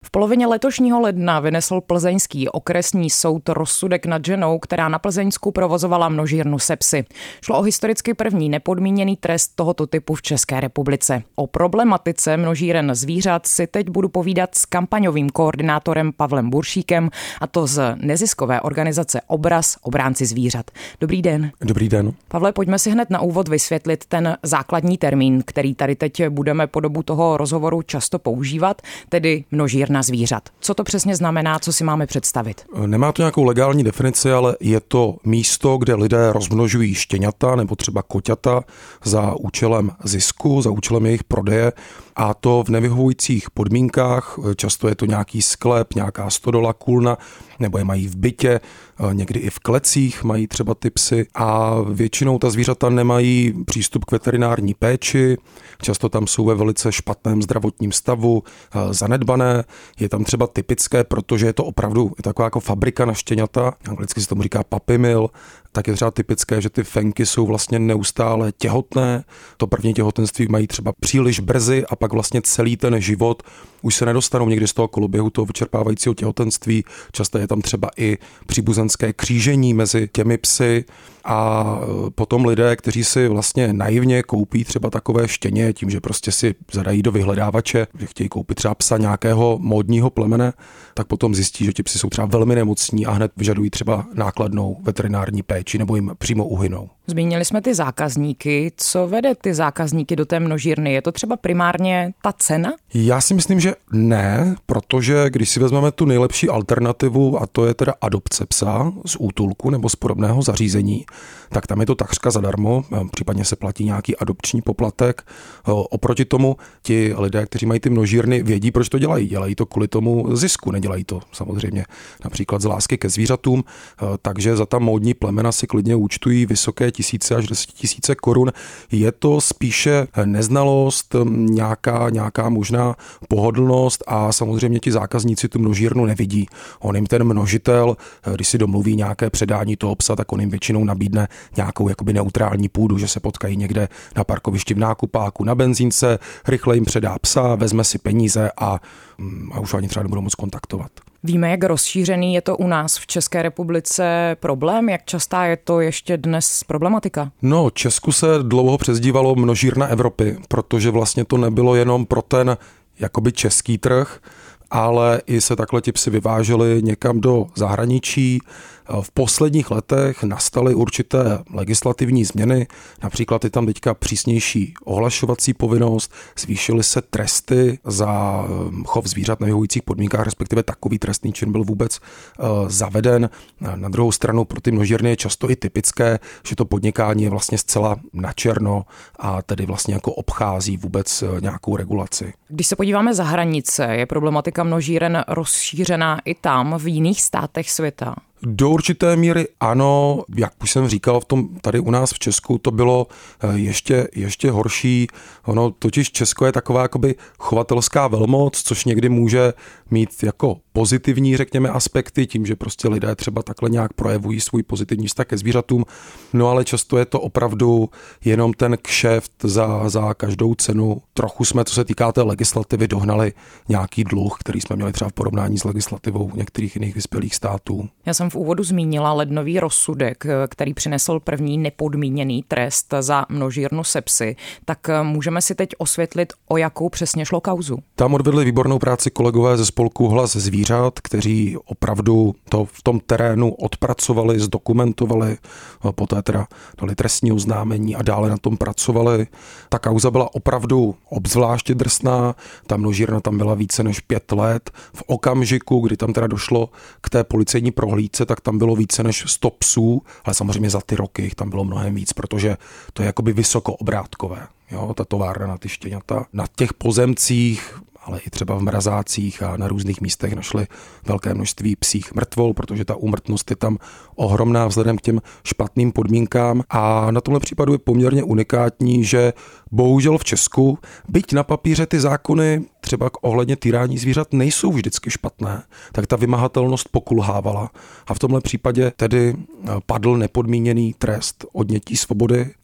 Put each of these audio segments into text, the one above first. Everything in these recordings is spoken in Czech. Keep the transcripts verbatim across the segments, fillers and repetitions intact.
V polovině letošního ledna vynesl plzeňský okresní soud rozsudek nad ženou, která na Plzeňsku provozovala množírnu se psy. Šlo o historicky první nepodmíněný trest tohoto typu v České republice. O problematice množíren zvířat si teď budu povídat s kampaňovým koordinátorem Pavlem Buršíkem, a to z neziskové organizace Obraz, obránci zvířat. Dobrý den. Dobrý den. Pavle, pojďme si hned na úvod vysvětlit ten základní termín, který tady teď budeme po dobu toho rozhovoru často používat, tedy množírna zvířat. Co to přesně znamená, co si máme představit? Nemá to nějakou legální definici, ale je to místo, kde lidé rozmnožují štěňata nebo třeba koťata za účelem zisku, za účelem jejich prodeje, a to v nevyhovujících podmínkách. Často je to nějaký sklep, nějaká stodola, kůlna, nebo je mají v bytě, někdy i v klecích mají třeba ty psy, a většinou ta zvířata nemají přístup k veterinární péči, často tam jsou ve velice špatném zdravotním stavu, zanedbané, je tam třeba typické, protože je to opravdu je taková jako fabrika na štěňata, anglicky se tomu říká puppy mill, tak je třeba typické, že ty fenky jsou vlastně neustále těhotné, to první těhotenství mají třeba příliš brzy a pak vlastně celý ten život už se nedostanou někdy z toho koloběhu toho vyčerpávajícího těhotenství, často je tam třeba i příbuzenské křížení mezi těmi psy, a potom lidé, kteří si vlastně naivně koupí třeba takové štěně tím, že prostě si zadají do vyhledávače, že chtějí koupit třeba psa nějakého módního plemene, tak potom zjistí, že ti psi jsou třeba velmi nemocní a hned vyžadují třeba nákladnou veterinární péči nebo jim přímo uhynou. Zmínili jsme ty zákazníky. Co vede ty zákazníky do té množírny? Je to třeba primárně ta cena? Já si myslím, že ne, protože když si vezmeme tu nejlepší alternativu, a to je teda adopce psa z útulku nebo z podobného zařízení, tak tam je to takřka zadarmo, případně se platí nějaký adopční poplatek. Oproti tomu ti lidé, kteří mají ty množírny, vědí, proč to dělají. Dělají to kvůli tomu zisku, nedělají to samozřejmě například z lásky ke zvířatům, takže za ta módní plemena si klidně účtují vysoké tisíce až desetitisíce korun. Je to spíše neznalost, nějaká, nějaká možná pohodlnost, a samozřejmě ti zákazníci tu množírnu nevidí. On jim ten množitel, když si domluví nějaké předání toho psa, tak on jim většinou nabídne nějakou jakoby neutrální půdu, že se potkají někde na parkovišti v nákupáku, na benzínce, rychle jim předá psa, vezme si peníze a, a už ani třeba nebudou moc kontaktovat. Víme, jak rozšířený je to u nás v České republice problém? Jak častá je to ještě dnes problematika? No, Česku se dlouho přezdívalo množírna Evropy, protože vlastně to nebylo jenom pro ten jakoby český trh, ale i se takhle ti psi vyváželi někam do zahraničí. V posledních letech nastaly určité legislativní změny, například je tam teďka přísnější ohlašovací povinnost, zvýšily se tresty za chov zvířat na vyhovujících podmínkách, respektive takový trestný čin byl vůbec uh, zaveden. Na druhou stranu pro ty množírny je často i typické, že to podnikání je vlastně zcela načerno a tedy vlastně jako obchází vůbec nějakou regulaci. Když se podíváme za hranice, je problematika množíren rozšířená i tam, v jiných státech světa? Do určité míry ano, jak už jsem říkal, v tom tady u nás v Česku to bylo ještě, ještě horší. Ono totiž Česko je taková jakoby chovatelská velmoc, což někdy může mít jako pozitivní, řekněme, aspekty, tím, že prostě lidé třeba takhle nějak projevují svůj pozitivní vztah ke zvířatům, no ale často je to opravdu jenom ten kšeft za, za každou cenu. Trochu jsme, co se týká té legislativy, dohnali nějaký dluh, který jsme měli třeba v porovnání s legislativou některých jiných vyspělých států. Já jsem v úvodu zmínila lednový rozsudek, který přinesl první nepodmíněný trest za množírnu se psy. Tak můžeme si teď osvětlit, o jakou přesně šlo kauzu. Tam odvedli výbornou práci kolegové ze spolku Hlas zvířat, kteří opravdu to v tom terénu odpracovali, zdokumentovali, poté teda dali trestní oznámení a dále na tom pracovali. Ta kauza byla opravdu obzvláště drsná, ta množírna tam byla více než pět let. V okamžiku, kdy tam teda došlo k té policejní prohlídce, tak tam bylo více než sto psů, ale samozřejmě za ty roky jich tam bylo mnohem víc, protože to je jakoby vysokoobrátkové. Jo, ta továrna na ty štěňata. Na těch pozemcích, ale i třeba v mrazácích a na různých místech našli velké množství psích mrtvol, protože ta úmrtnost je tam ohromná vzhledem k těm špatným podmínkám. A na tomhle případu je poměrně unikátní, že bohužel v Česku, byť na papíře ty zákony třeba ohledně týrání zvířat nejsou vždycky špatné, tak ta vymahatelnost pokulhávala. A v tomhle případě tedy padl nepodmíněný trest odnětí svobody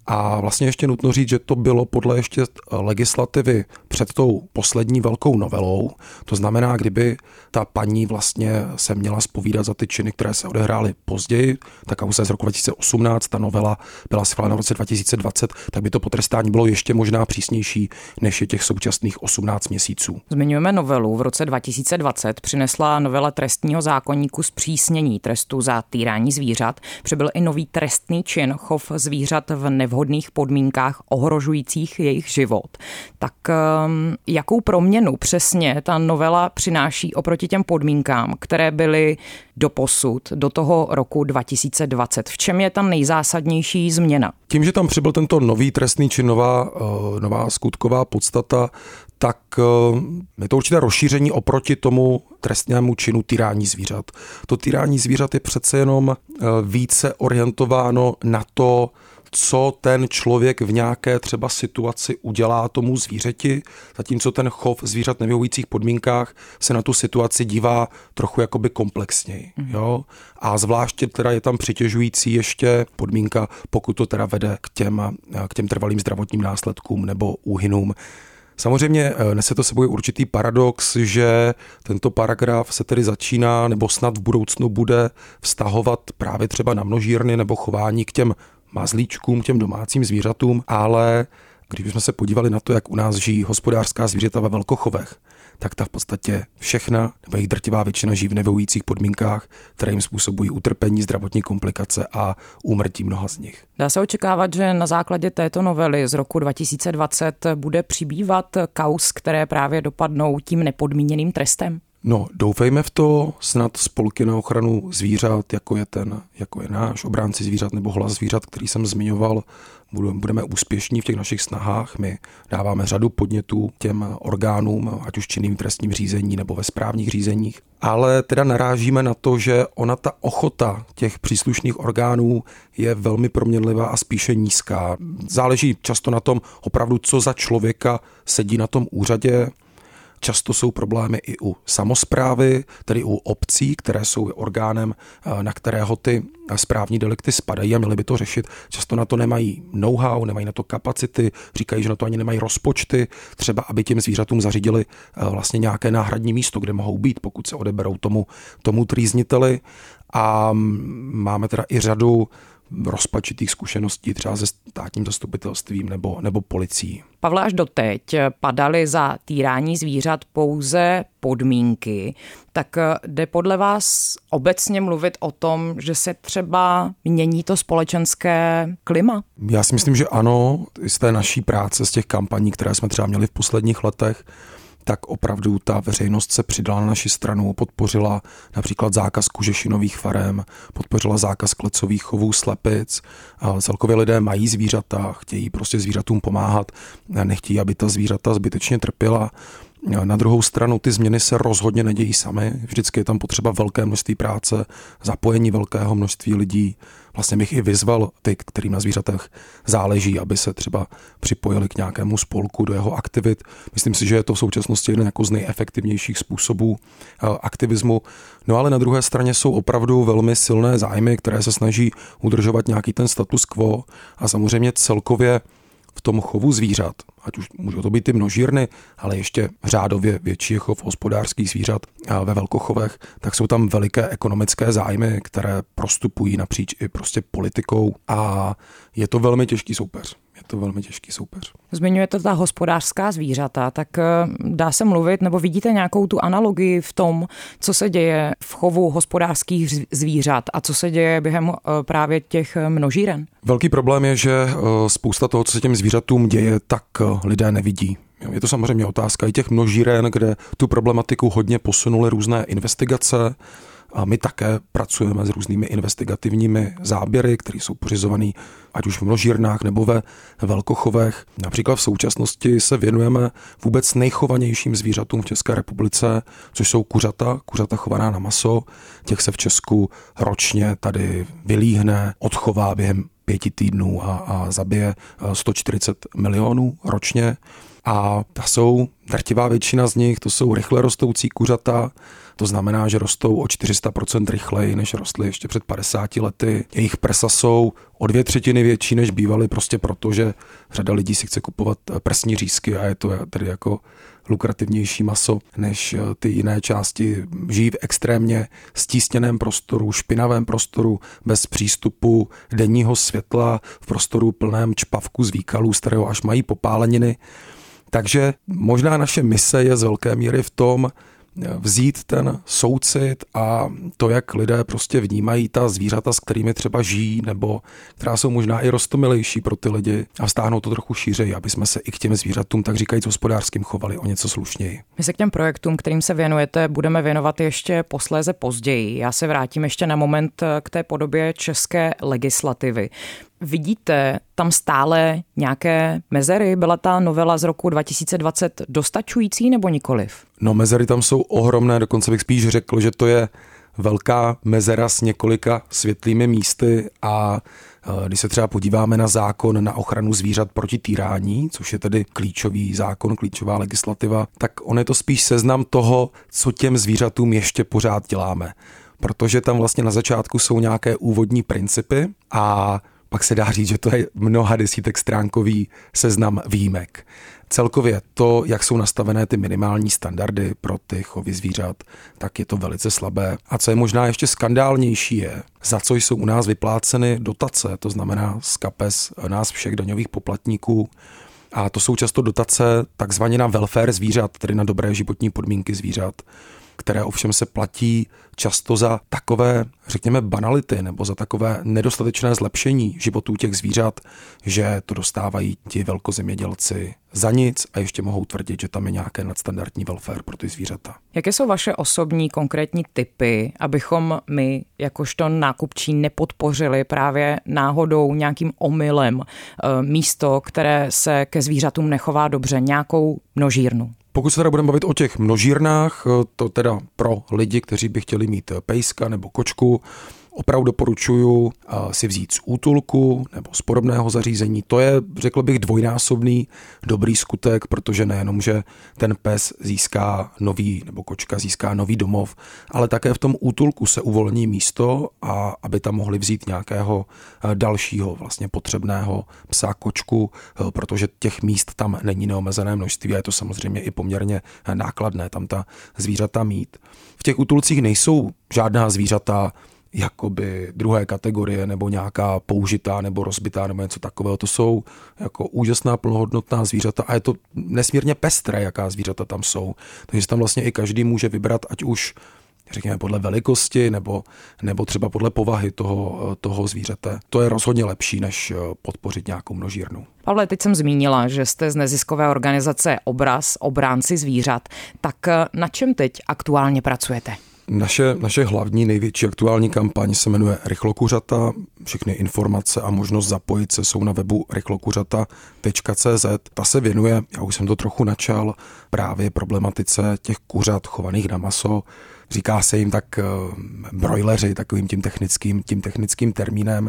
A vlastně ještě nutno říct, že to bylo podle ještě legislativy před tou poslední velkou novelou. To znamená, kdyby ta paní vlastně se měla zpovídat za ty činy, které se odehrály později, tak kauza z roku dva tisíce osmnáct, ta novela byla schválena v roce dva tisíce dvacet, tak by to potrestání bylo ještě možná přísnější, než je těch současných osmnáct měsíců. Zmiňujeme novelu. V roce dva tisíce dvacet přinesla novela trestního zákoníku zpřísnění trestu za týrání zvířat. Přibyl i nový trestný čin chov zvířat v nevhodných podmínkách ohrožujících jejich život. Tak jakou proměnu přesně ta novela přináší oproti těm podmínkám, které byly doposud do toho roku dva tisíce dvacet? V čem je ta nejzásadnější změna? Tím, že tam přibyl tento nový trestný čin, nová, nová skutková podstata, tak je to určité rozšíření oproti tomu trestnému činu týrání zvířat. To týrání zvířat je přece jenom více orientováno na to, co ten člověk v nějaké třeba situaci udělá tomu zvířeti, zatímco ten chov zvířat v nevyhovujících podmínkách se na tu situaci dívá trochu jakoby komplexněji. Jo? A zvláště teda je tam přitěžující ještě podmínka, pokud to teda vede k těm, k těm trvalým zdravotním následkům nebo úhynům. Samozřejmě nese to sebou určitý paradox, že tento paragraf se tedy začíná nebo snad v budoucnu bude vztahovat právě třeba na množírny nebo chování k těm mazlíčkům, těm domácím zvířatům, ale když bychom se podívali na to, jak u nás žijí hospodářská zvířata ve velkochovech, tak ta v podstatě všechna, nebo jejich drtivá většina žijí v nevyhovujících podmínkách, které jim způsobují utrpení, zdravotní komplikace a úmrtí mnoha z nich. Dá se očekávat, že na základě této novely z roku dva tisíce dvacet bude přibývat kauz, které právě dopadnou tím nepodmíněným trestem? No, doufejme v to, snad spolky na ochranu zvířat, jako je ten, jako je náš obránci zvířat nebo Hlas zvířat, který jsem zmiňoval, budeme úspěšní v těch našich snahách. My dáváme řadu podnětů těm orgánům, ať už činným trestním řízení nebo ve správních řízeních. Ale teda narážíme na to, že ona ta ochota těch příslušných orgánů je velmi proměnlivá a spíše nízká. Záleží často na tom opravdu, co za člověka sedí na tom úřadě. Často jsou problémy i u samosprávy, tedy u obcí, které jsou orgánem, na kterého ty správní delikty spadají a měli by to řešit. Často na to nemají know-how, nemají na to kapacity, říkají, že na to ani nemají rozpočty, třeba aby těm zvířatům zařídili vlastně nějaké náhradní místo, kde mohou být, pokud se odeberou tomu, tomu trýzniteli. A máme teda i řadu rozpačitých zkušeností třeba se státním zastupitelstvím nebo, nebo policií. Pavle, až doteď padaly za týrání zvířat pouze podmínky, tak jde podle vás obecně mluvit o tom, že se třeba mění to společenské klima? Já si myslím, že ano, z té naší práce, z těch kampaní, které jsme třeba měli v posledních letech, tak opravdu ta veřejnost se přidala na naši stranu, podpořila například zákaz kožešinových farem, podpořila zákaz klecových chovů slepic. Celkově lidé mají zvířata, chtějí prostě zvířatům pomáhat, nechtějí, aby ta zvířata zbytečně trpěla. Na druhou stranu ty změny se rozhodně nedějí samy. Vždycky je tam potřeba velké množství práce, zapojení velkého množství lidí. Vlastně bych i vyzval ty, kterým na zvířatech záleží, aby se třeba připojili k nějakému spolku do jeho aktivit. Myslím si, že je to v současnosti jeden jako z nejefektivnějších způsobů aktivismu. No ale na druhé straně jsou opravdu velmi silné zájmy, které se snaží udržovat nějaký ten status quo a samozřejmě celkově v tom chovu zvířat, ať už můžou to být ty množírny, ale ještě řádově větší je chov hospodářských zvířat ve velkochovech, tak jsou tam veliké ekonomické zájmy, které prostupují napříč i prostě politikou a je to velmi těžký soupeř. Je to velmi těžký soupeř. Zmiňujete ta hospodářská zvířata, tak dá se mluvit, nebo vidíte nějakou tu analogii v tom, co se děje v chovu hospodářských zvířat a co se děje během právě těch množíren? Velký problém je, že spousta toho, co se těm zvířatům děje, tak lidé nevidí. Je to samozřejmě otázka i těch množíren, kde tu problematiku hodně posunuly různé investigace. A my také pracujeme s různými investigativními záběry, které jsou pořizované ať už v množírnách nebo ve velkochovech. Například v současnosti se věnujeme vůbec nejchovanějším zvířatům v České republice, což jsou kuřata, kuřata chovaná na maso. Těch se v Česku ročně tady vylíhne, odchová během pěti týdnů a, a zabije sto čtyřicet milionů ročně. A ta jsou, drtivá většina z nich, to jsou rychle rostoucí kuřata, to znamená, že rostou o čtyři sta procent rychleji, než rostly ještě před padesáti lety. Jejich prsa jsou o dvě třetiny větší, než bývaly, prostě proto, že řada lidí si chce kupovat prsní řízky a je to tedy jako lukrativnější maso než ty jiné části. Žijí v extrémně stísněném prostoru, špinavém prostoru, bez přístupu denního světla, v prostoru plném čpavku z výkalů, z kterého až mají popáleniny. Takže možná naše mise je z velké míry v tom vzít ten soucit a to, jak lidé prostě vnímají ta zvířata, s kterými třeba žijí, nebo která jsou možná i roztomilejší pro ty lidi a vztáhnout to trochu šířeji, aby jsme se i k těm zvířatům, tak říkajíc hospodářským, chovali o něco slušněji. My se k těm projektům, kterým se věnujete, budeme věnovat ještě posléze později. Já se vrátím ještě na moment k té podobě české legislativy. Vidíte tam stále nějaké mezery? Byla ta novela z roku dva tisíce dvacet dostačující nebo nikoliv? No, mezery tam jsou ohromné, dokonce bych spíš řekl, že to je velká mezera s několika světlými místy a když se třeba podíváme na zákon na ochranu zvířat proti týrání, což je tedy klíčový zákon, klíčová legislativa, tak on je to spíš seznam toho, co těm zvířatům ještě pořád děláme. Protože tam vlastně na začátku jsou nějaké úvodní principy a pak se dá říct, že to je mnoha desítek stránkový seznam výjimek. Celkově to, jak jsou nastavené ty minimální standardy pro ty chovy zvířat, tak je to velice slabé. A co je možná ještě skandálnější je, za co jsou u nás vypláceny dotace, to znamená z kapes nás všech daňových poplatníků. A to jsou často dotace takzvaně na welfare zvířat, tedy na dobré životní podmínky zvířat, které ovšem se platí často za takové, řekněme, banality nebo za takové nedostatečné zlepšení životů těch zvířat, že to dostávají ti velkozemědělci za nic a ještě mohou tvrdit, že tam je nějaké nadstandardní welfare pro ty zvířata. Jaké jsou vaše osobní konkrétní tipy, abychom my, jakožto nákupčí, nepodpořili právě náhodou nějakým omylem místo, které se ke zvířatům nechová dobře, nějakou množírnu? Pokud se teda budeme bavit o těch množírnách, to teda pro lidi, kteří by chtěli mít pejska nebo kočku, opravdu doporučuji si vzít z útulku nebo z podobného zařízení. To je, řekl bych, dvojnásobný dobrý skutek, protože nejenom, že ten pes získá nový, nebo kočka získá nový domov, ale také v tom útulku se uvolní místo, a aby tam mohli vzít nějakého dalšího vlastně potřebného psa, kočku, protože těch míst tam není neomezené množství a je to samozřejmě i poměrně nákladné tam ta zvířata mít. V těch útulcích nejsou žádná zvířata jakoby druhé kategorie nebo nějaká použitá nebo rozbitá nebo něco takového. To jsou jako úžasná plnohodnotná zvířata a je to nesmírně pestré, jaká zvířata tam jsou. Takže tam vlastně i každý může vybrat, ať už řekněme podle velikosti nebo, nebo třeba podle povahy toho, toho zvířete. To je rozhodně lepší, než podpořit nějakou množírnu. Pavle, teď jsem zmínila, že jste z neziskové organizace Obraz, obránci zvířat. Tak na čem teď aktuálně pracujete? Naše, naše hlavní, největší aktuální kampaň se jmenuje Rychlokuřata. Všechny informace a možnost zapojit se jsou na webu rychlokuřata tečka cé zet. Ta se věnuje, já už jsem to trochu načal, právě problematice těch kuřat chovaných na maso. Říká se jim tak brojleři, takovým tím technickým, tím technickým termínem.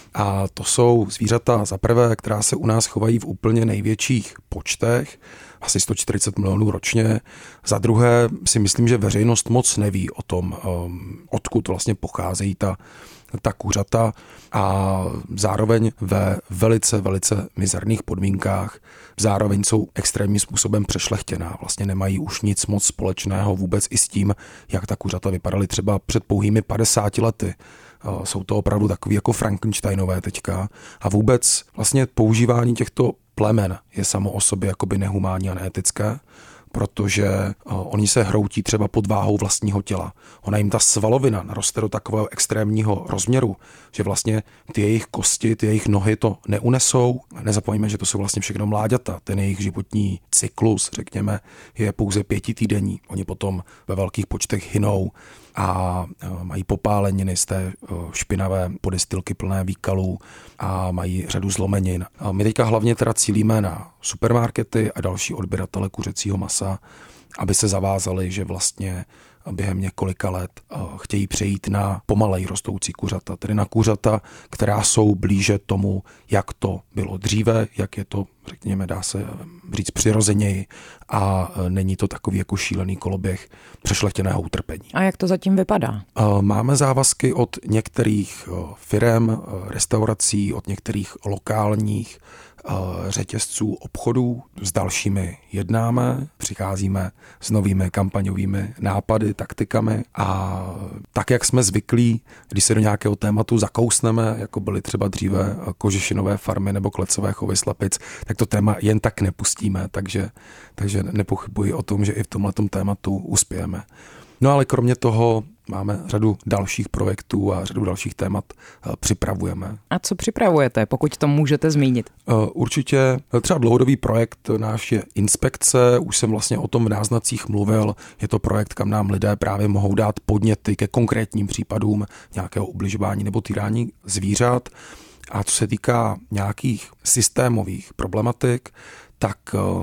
A to jsou zvířata za prvé, která se u nás chovají v úplně největších počtech, asi sto čtyřicet milionů ročně. Za druhé si myslím, že veřejnost moc neví o tom, odkud vlastně pocházejí ta, ta kuřata a zároveň ve velice, velice mizerných podmínkách. Zároveň jsou extrémním způsobem přešlechtěná. Vlastně nemají už nic moc společného vůbec i s tím, jak ta kuřata vypadaly třeba před pouhými padesáti lety. Jsou to opravdu takový jako Frankensteinové teďka. A vůbec vlastně používání těchto plemen je samo o sobě jakoby nehumánní a neetické, protože oni se hroutí třeba pod váhou vlastního těla. Ona jim ta svalovina naroste do takového extrémního rozměru, že vlastně ty jejich kosti, ty jejich nohy to neunesou. Nezapomeňme, že to jsou vlastně všechno mláďata. Ten jejich životní cyklus, řekněme, je pouze pětitýdenní. Oni potom ve velkých počtech hynou a mají popáleniny z té špinavé podestylky plné výkalů a mají řadu zlomenin. A my teďka hlavně teda cílíme na supermarkety a další odběratele kuřecího masa, aby se zavázali, že vlastně během několika let chtějí přejít na pomalej rostoucí kuřata, tedy na kuřata, která jsou blíže tomu, jak to bylo dříve, jak je to, řekněme, dá se říct přirozeněji a není to takový jako šílený koloběh přešlechtěného utrpení. A jak to zatím vypadá? Máme závazky od některých firem, restaurací, od některých lokálních řetězců obchodů, s dalšími jednáme, přicházíme s novými kampaňovými nápady, taktikami a tak, jak jsme zvyklí, když se do nějakého tématu zakousneme, jako byly třeba dříve kožešinové farmy nebo klecové chovy slepic, tak to téma jen tak nepustíme, takže, takže nepochybuji o tom, že i v tomhletom tématu uspějeme. No ale kromě toho máme řadu dalších projektů a řadu dalších témat připravujeme. A co připravujete, pokud to můžete zmínit? Určitě třeba dlouhodobý projekt náš je inspekce, už jsem vlastně o tom v náznacích mluvil, je to projekt, kam nám lidé právě mohou dát podněty ke konkrétním případům nějakého ubližování nebo týrání zvířat. A co se týká nějakých systémových problematik, tak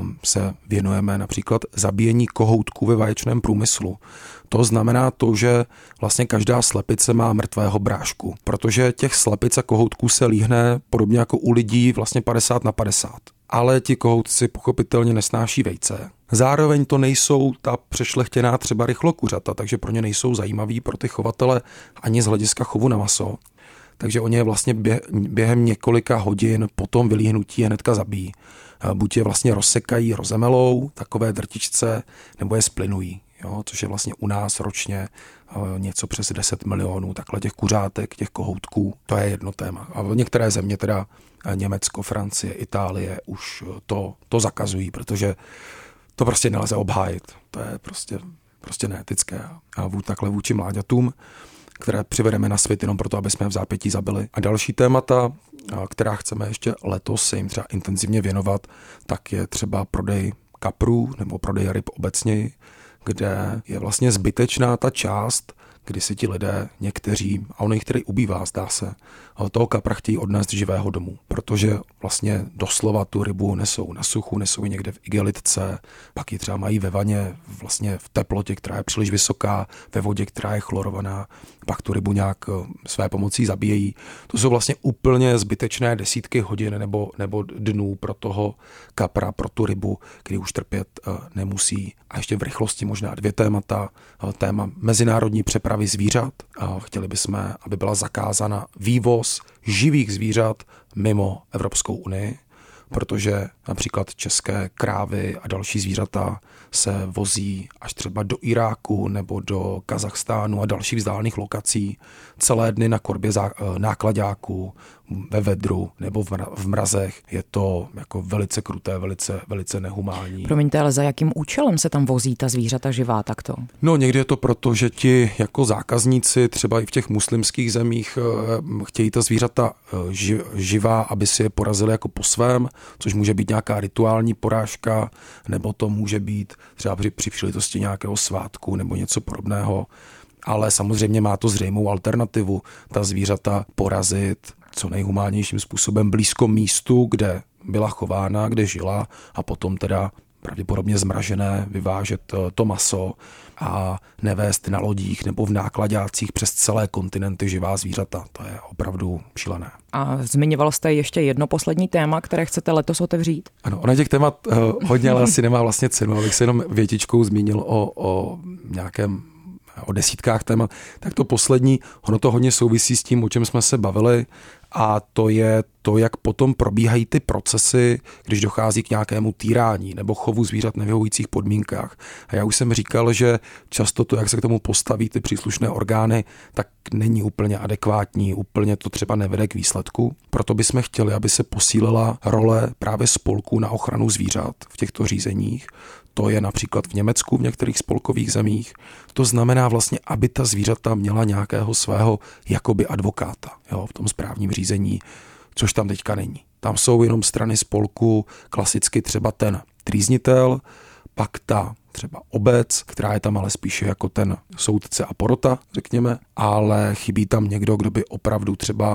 se věnujeme například zabíjení kohoutků ve vaječném průmyslu. To znamená to, že vlastně každá slepice má mrtvého brášku, protože těch slepic a kohoutků se líhne podobně jako u lidí vlastně padesát na padesát. Ale ti kohoutci pochopitelně nesnáší vejce. Zároveň to nejsou ta přešlechtěná třeba rychlokuřata, takže pro ně nejsou zajímaví pro ty chovatele ani z hlediska chovu na maso. Takže oni je vlastně během několika hodin po tom vylíhnutí hnedka zabijí. Buď je vlastně rozsekají rozemelou, takové drtičce, nebo je splinují, jo, což je vlastně u nás ročně něco přes deset milionů takhle těch kuřátek, těch kohoutků. To je jedno téma. A některé země, teda Německo, Francie, Itálie, už to, to zakazují, protože to prostě nelze obhájit. To je prostě, prostě neetické. A vůd takhle vůči mláďatům, které přivedeme na svět jenom proto, aby jsme je v zápětí zabili. A další témata, která chceme ještě letos se jim třeba intenzivně věnovat, tak je třeba prodej kaprů nebo prodej ryb obecněji, kde je vlastně zbytečná ta část, kdy si ti lidé, někteří, a ono jich tedy ubývá, zdá se, toho kapra chtějí odnést živého domů, protože vlastně doslova tu rybu nesou na suchu, nesou ji někde v igelitce, pak ji třeba mají ve vaně vlastně v teplotě, která je příliš vysoká, ve vodě, která je chlorovaná, pak tu rybu nějak své pomocí zabíjejí. To jsou vlastně úplně zbytečné desítky hodin nebo, nebo dnů pro toho kapra, pro tu rybu, kdy už trpět nemusí. A ještě v rychlosti možná dvě témata. Téma mezinárodní přepravy zvířat. Chtěli bychom, aby byla zakázána vývoz živých zvířat mimo Evropskou unii, protože například české krávy a další zvířata se vozí až třeba do Iráku nebo do Kazachstánu a dalších vzdálených lokací celé dny na korbě nákladáků, ve vedru nebo v mrazech. Je to jako velice kruté, velice, velice nehumánní. Promiňte, ale za jakým účelem se tam vozí ta zvířata živá takto? No někdy je to proto, že ti jako zákazníci třeba i v těch muslimských zemích chtějí ta zvířata živá, aby si je porazili jako po svém, což může být nějaká rituální porážka, nebo to může být třeba při, při příležitosti nějakého svátku nebo něco podobného. Ale samozřejmě má to zřejmou alternativu. Ta zvířata porazit co nejhumánnějším způsobem blízko místu, kde byla chována, kde žila a potom teda pravděpodobně zmražené vyvážet to maso a nevést na lodích nebo v nákladácích přes celé kontinenty živá zvířata. To je opravdu šílené. A zmiňoval jste ještě jedno poslední téma, které chcete letos otevřít? Ano, ono těch témat uh, hodně, ale asi nemá vlastně cenu, abych se jenom větičkou zmínil o, o nějakém o desítkách témat, tak to poslední, ono to hodně souvisí s tím, o čem jsme se bavili, a to je to, jak potom probíhají ty procesy, když dochází k nějakému týrání nebo chovu zvířat v nevyhovujících podmínkách. A já už jsem říkal, že často to, jak se k tomu postaví ty příslušné orgány, tak není úplně adekvátní, úplně to třeba nevede k výsledku. Proto bychom chtěli, aby se posílila role právě spolků na ochranu zvířat v těchto řízeních. To je například v Německu, v některých spolkových zemích. To znamená vlastně, aby ta zvířata měla nějakého svého jakoby advokáta, jo, v tom správním řízení, což tam teďka není. Tam jsou jenom strany spolku, klasicky třeba ten trýznitel, pak ta třeba obec, která je tam ale spíše jako ten soudce a porota, řekněme, ale chybí tam někdo, kdo by opravdu třeba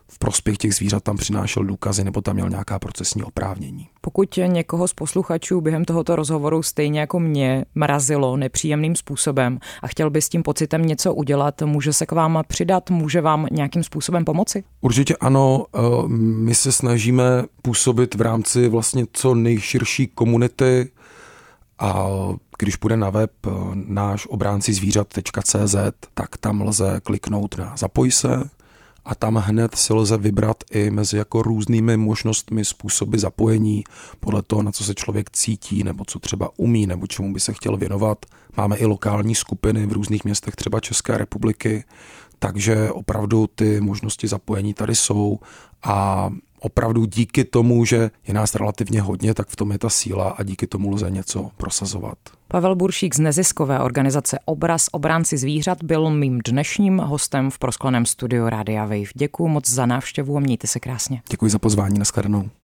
v prospěch těch zvířat tam přinášel důkazy nebo tam měl nějaká procesní oprávnění. Pokud někoho z posluchačů během tohoto rozhovoru stejně jako mě mrazilo nepříjemným způsobem a chtěl by s tím pocitem něco udělat, může se k vám přidat, může vám nějakým způsobem pomoci? Určitě ano, my se snažíme působit v rámci vlastně co nejširší komunity a když půjde na web náš obránci zvířat tečka cé zet, tak tam lze kliknout na Zapoj se a tam hned si lze vybrat i mezi jako různými možnostmi, způsoby zapojení podle toho, na co se člověk cítí nebo co třeba umí nebo čemu by se chtěl věnovat. Máme i lokální skupiny v různých městech třeba České republiky, takže opravdu ty možnosti zapojení tady jsou a opravdu díky tomu, že je nás relativně hodně, tak v tom je ta síla a díky tomu lze něco prosazovat. Pavel Buršík z neziskové organizace Obraz obránci zvířat byl mým dnešním hostem v proskleném studiu Rádia Wave. Děkuju moc za návštěvu a mějte se krásně. Děkuji za pozvání, nashledanou.